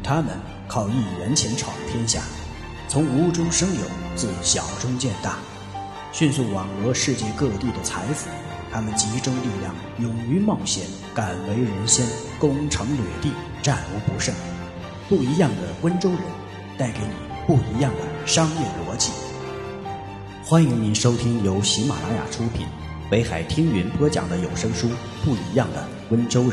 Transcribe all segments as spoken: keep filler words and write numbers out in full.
他们靠一元钱闯天下，从无中生有，自小中见大，迅速网罗世界各地的财富。他们集中力量，勇于冒险，敢为人先，攻城掠地，战无不胜。不一样的温州人，带给你不一样的商业逻辑。欢迎您收听由喜马拉雅出品，北海听云播讲的有声书《不一样的温州人》。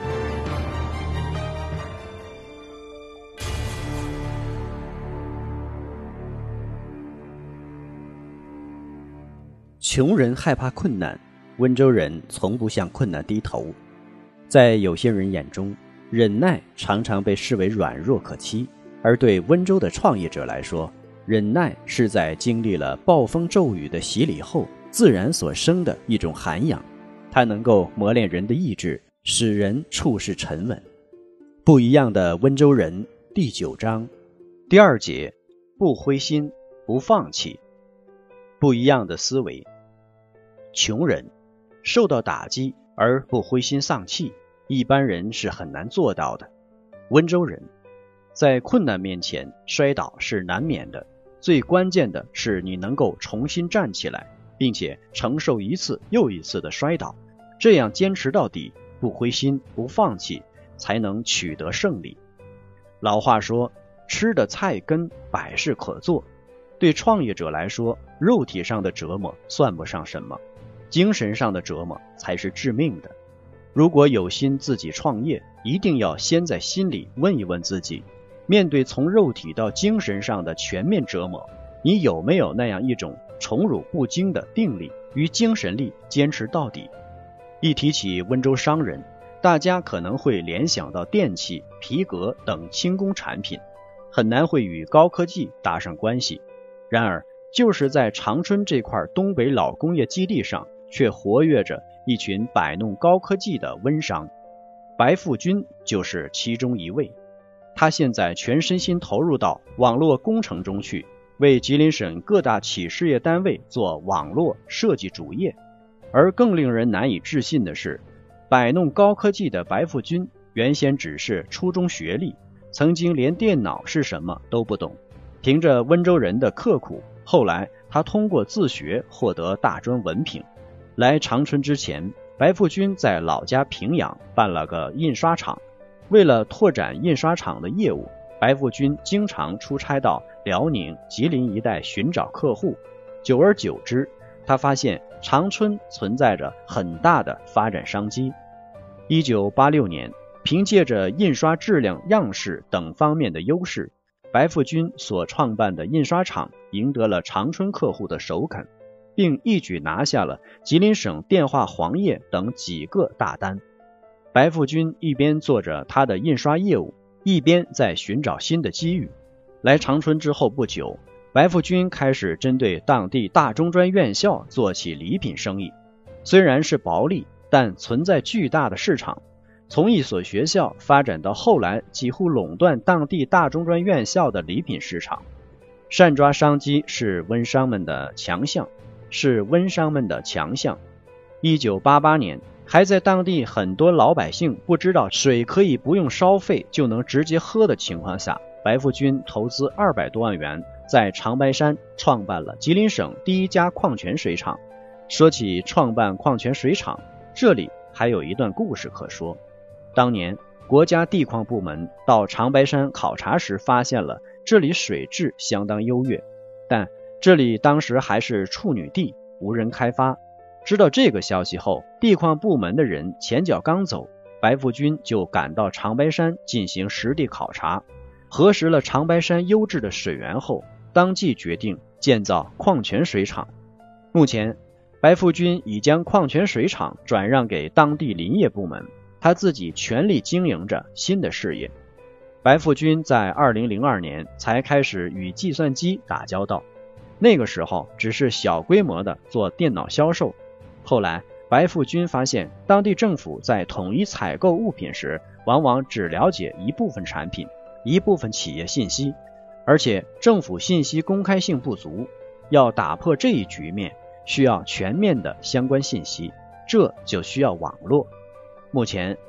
穷人害怕困难，温州人从不向困难低头。在有些人眼中，忍耐常常被视为软弱可欺，而对温州的创业者来说，忍耐是在经历了暴风骤雨的洗礼后自然所生的一种涵养，它能够磨练人的意志，使人处事沉稳。不一样的温州人第九章第二节，不灰心，不放弃。不一样的思维。穷人受到打击而不灰心丧气，一般人是很难做到的。温州人在困难面前摔倒是难免的，最关键的是你能够重新站起来，并且承受一次又一次的摔倒，这样坚持到底，不灰心不放弃，才能取得胜利。老话说，吃的菜根百事可做。对创业者来说，肉体上的折磨算不上什么，精神上的折磨才是致命的。如果有心自己创业，一定要先在心里问一问自己，面对从肉体到精神上的全面折磨，你有没有那样一种宠辱不惊的定力与精神力，坚持到底。一提起温州商人，大家可能会联想到电器、皮革等轻工产品，很难会与高科技搭上关系。然而就是在长春这块东北老工业基地上，却活跃着一群摆弄高科技的温商。白富军就是其中一位，他现在全身心投入到网络工程中去，为吉林省各大企事业单位做网络设计主业。而更令人难以置信的是，摆弄高科技的白富军原先只是初中学历，曾经连电脑是什么都不懂。凭着温州人的刻苦，后来他通过自学获得大专文凭。来长春之前，白富军在老家平阳办了个印刷厂。为了拓展印刷厂的业务，白富军经常出差到辽宁、吉林一带寻找客户。久而久之，他发现长春存在着很大的发展商机。一九八六年，凭借着印刷质量、样式等方面的优势，白富军所创办的印刷厂赢得了长春客户的首肯，并一举拿下了吉林省电话黄页等几个大单。白富军一边做着他的印刷业务，一边在寻找新的机遇。来长春之后不久，白富军开始针对当地大中专院校做起礼品生意。虽然是薄利，但存在巨大的市场。从一所学校发展到后来几乎垄断当地大中专院校的礼品市场。善抓商机是温商们的强项，是温商们的强项。一九八八年，还在当地很多老百姓不知道水可以不用烧费就能直接喝的情况下，白富军投资二百多万元，在长白山创办了吉林省第一家矿泉水厂。说起创办矿泉水厂，这里还有一段故事可说。当年国家地矿部门到长白山考察时，发现了这里水质相当优越，但这里当时还是处女地，无人开发。知道这个消息后，地矿部门的人前脚刚走，白富军就赶到长白山进行实地考察，核实了长白山优质的水源后，当即决定建造矿泉水厂。目前白富军已将矿泉水厂转让给当地林业部门，他自己全力经营着新的事业。白富军在二零零二年才开始与计算机打交道，那个时候只是小规模的做电脑销售。后来白富军发现，当地政府在统一采购物品时，往往只了解一部分产品、一部分企业信息，而且政府信息公开性不足。要打破这一局面，需要全面的相关信息，这就需要网络。目前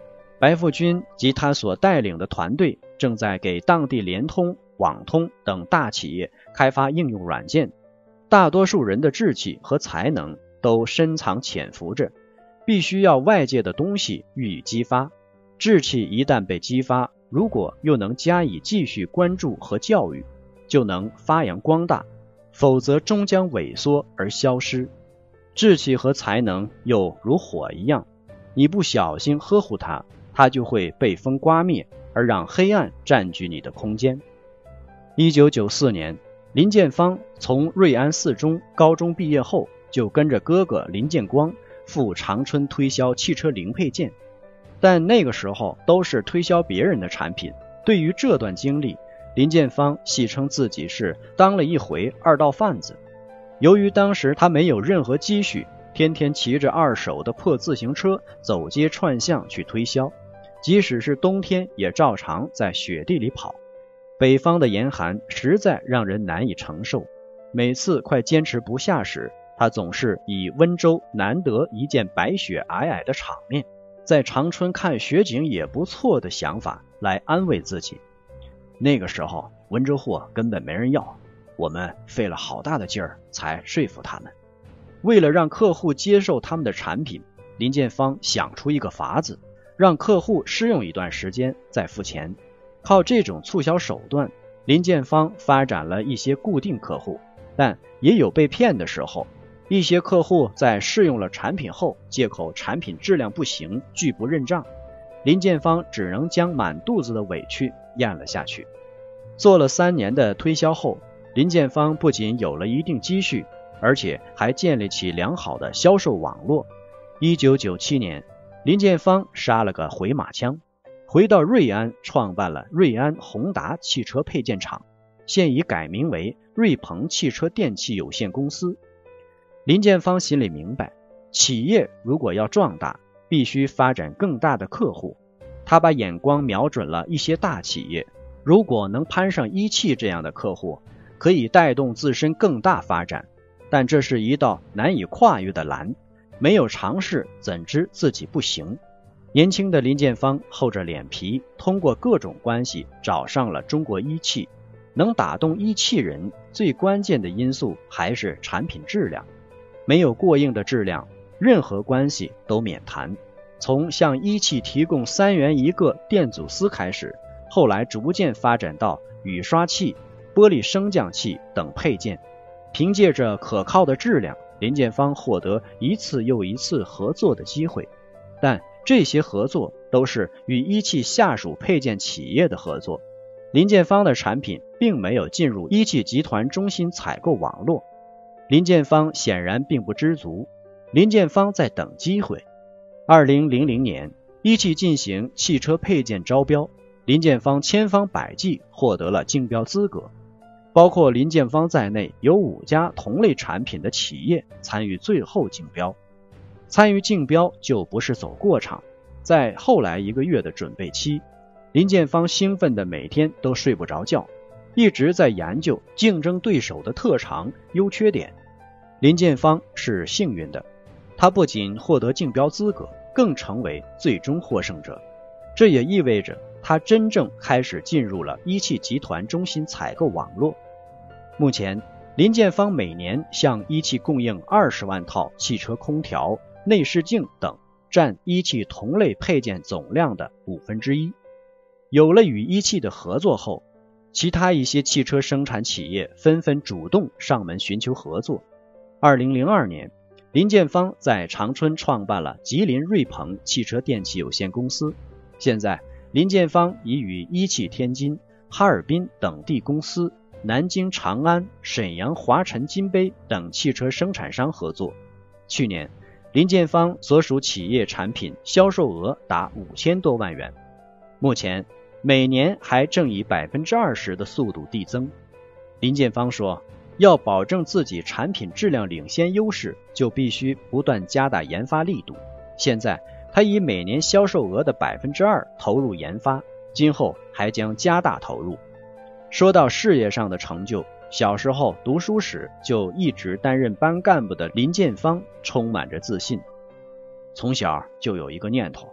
白富军及他所带领的团队正在给当地联通、网通等大企业开发应用软件。大多数人的志气和才能都深藏潜伏着，必须要外界的东西予以激发。志气一旦被激发，如果又能加以继续关注和教育，就能发扬光大，否则终将萎缩而消失。志气和才能又如火一样，你不小心呵护它，它就会被风刮灭，而让黑暗占据你的空间。一九九四年，林建芳从瑞安四中高中毕业后，就跟着哥哥林建光赴长春推销汽车零配件，但那个时候都是推销别人的产品。对于这段经历，林建芳戏称自己是当了一回二道贩子。由于当时他没有任何积蓄，天天骑着二手的破自行车走街串巷去推销，即使是冬天也照常在雪地里跑。北方的严寒实在让人难以承受，每次快坚持不下时，他总是以温州难得一见白雪皑皑的场面，在长春看雪景也不错的想法来安慰自己。那个时候温州货根本没人要，我们费了好大的劲儿才说服他们。为了让客户接受他们的产品，林建芳想出一个法子，让客户试用一段时间再付钱。靠这种促销手段，林建芳发展了一些固定客户，但也有被骗的时候。一些客户在试用了产品后，借口产品质量不行，拒不认账。林建芳只能将满肚子的委屈咽了下去。做了三年的推销后，林建芳不仅有了一定积蓄，而且还建立起良好的销售网络。一九九七年，林建芳杀了个回马枪，回到瑞安创办了瑞安宏达汽车配件厂，现已改名为瑞鹏汽车电器有限公司。林建芳心里明白，企业如果要壮大，必须发展更大的客户。他把眼光瞄准了一些大企业，如果能攀上一汽这样的客户，可以带动自身更大发展。但这是一道难以跨越的栏，没有尝试怎知自己不行。年轻的林建芳厚着脸皮，通过各种关系找上了中国一汽。能打动一汽人，最关键的因素还是产品质量。没有过硬的质量，任何关系都免谈。从向一汽提供三元一个电阻丝开始，后来逐渐发展到雨刷器、玻璃升降器等配件。凭借着可靠的质量，林建芳获得一次又一次合作的机会。但这些合作都是与一汽下属配件企业的合作。林建芳的产品并没有进入一汽集团中心采购网络。林建芳显然并不知足，林建芳在等机会。二零零零年，一汽进行汽车配件招标，林建芳千方百计获得了竞标资格。包括林建芳在内，有五家同类产品的企业参与最后竞标。参与竞标就不是走过场，在后来一个月的准备期，林建芳兴奋的每天都睡不着觉，一直在研究竞争对手的特长、优缺点。林建芳是幸运的，他不仅获得竞标资格，更成为最终获胜者。这也意味着他真正开始进入了一汽集团中心采购网络。目前，林建芳每年向一汽供应二十万套汽车空调、内视镜等，占一汽同类配件总量的五分之一。有了与一汽的合作后，其他一些汽车生产企业纷纷主动上门寻求合作。二零零二年，林建芳在长春创办了吉林瑞鹏汽车电器有限公司。现在，林建芳已与一汽天津、哈尔滨等地公司、南京长安、沈阳华晨金杯等汽车生产商合作。去年，林建芳所属企业产品销售额达五千多万元，目前每年还正以百分之二十的速度递增。林建芳说，要保证自己产品质量领先优势，就必须不断加大研发力度。现在他以每年销售额的百分之二投入研发，今后还将加大投入。说到事业上的成就，小时候读书时就一直担任班干部的林建芳充满着自信。从小就有一个念头，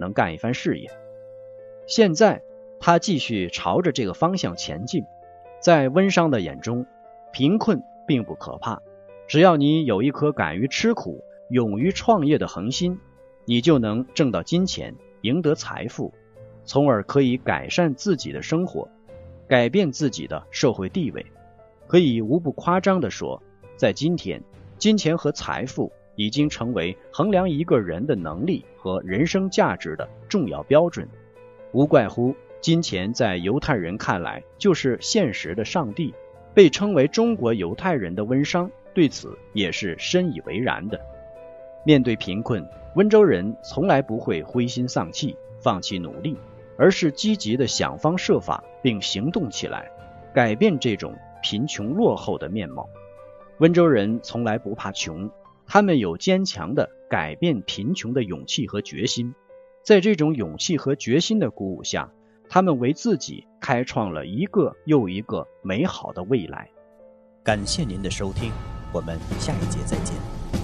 能干一番事业。现在他继续朝着这个方向前进。在温商的眼中，贫困并不可怕，只要你有一颗敢于吃苦、勇于创业的恒心，你就能挣到金钱，赢得财富，从而可以改善自己的生活，改变自己的社会地位。可以无不夸张地说，在今天，金钱和财富已经成为衡量一个人的能力和人生价值的重要标准。无怪乎金钱在犹太人看来就是现实的上帝，被称为中国犹太人的温商对此也是深以为然的。面对贫困，温州人从来不会灰心丧气，放弃努力，而是积极的想方设法并行动起来，改变这种贫穷落后的面貌。温州人从来不怕穷，他们有坚强的改变贫穷的勇气和决心。在这种勇气和决心的鼓舞下，他们为自己开创了一个又一个美好的未来。 感谢您的收听，我们下一节再见。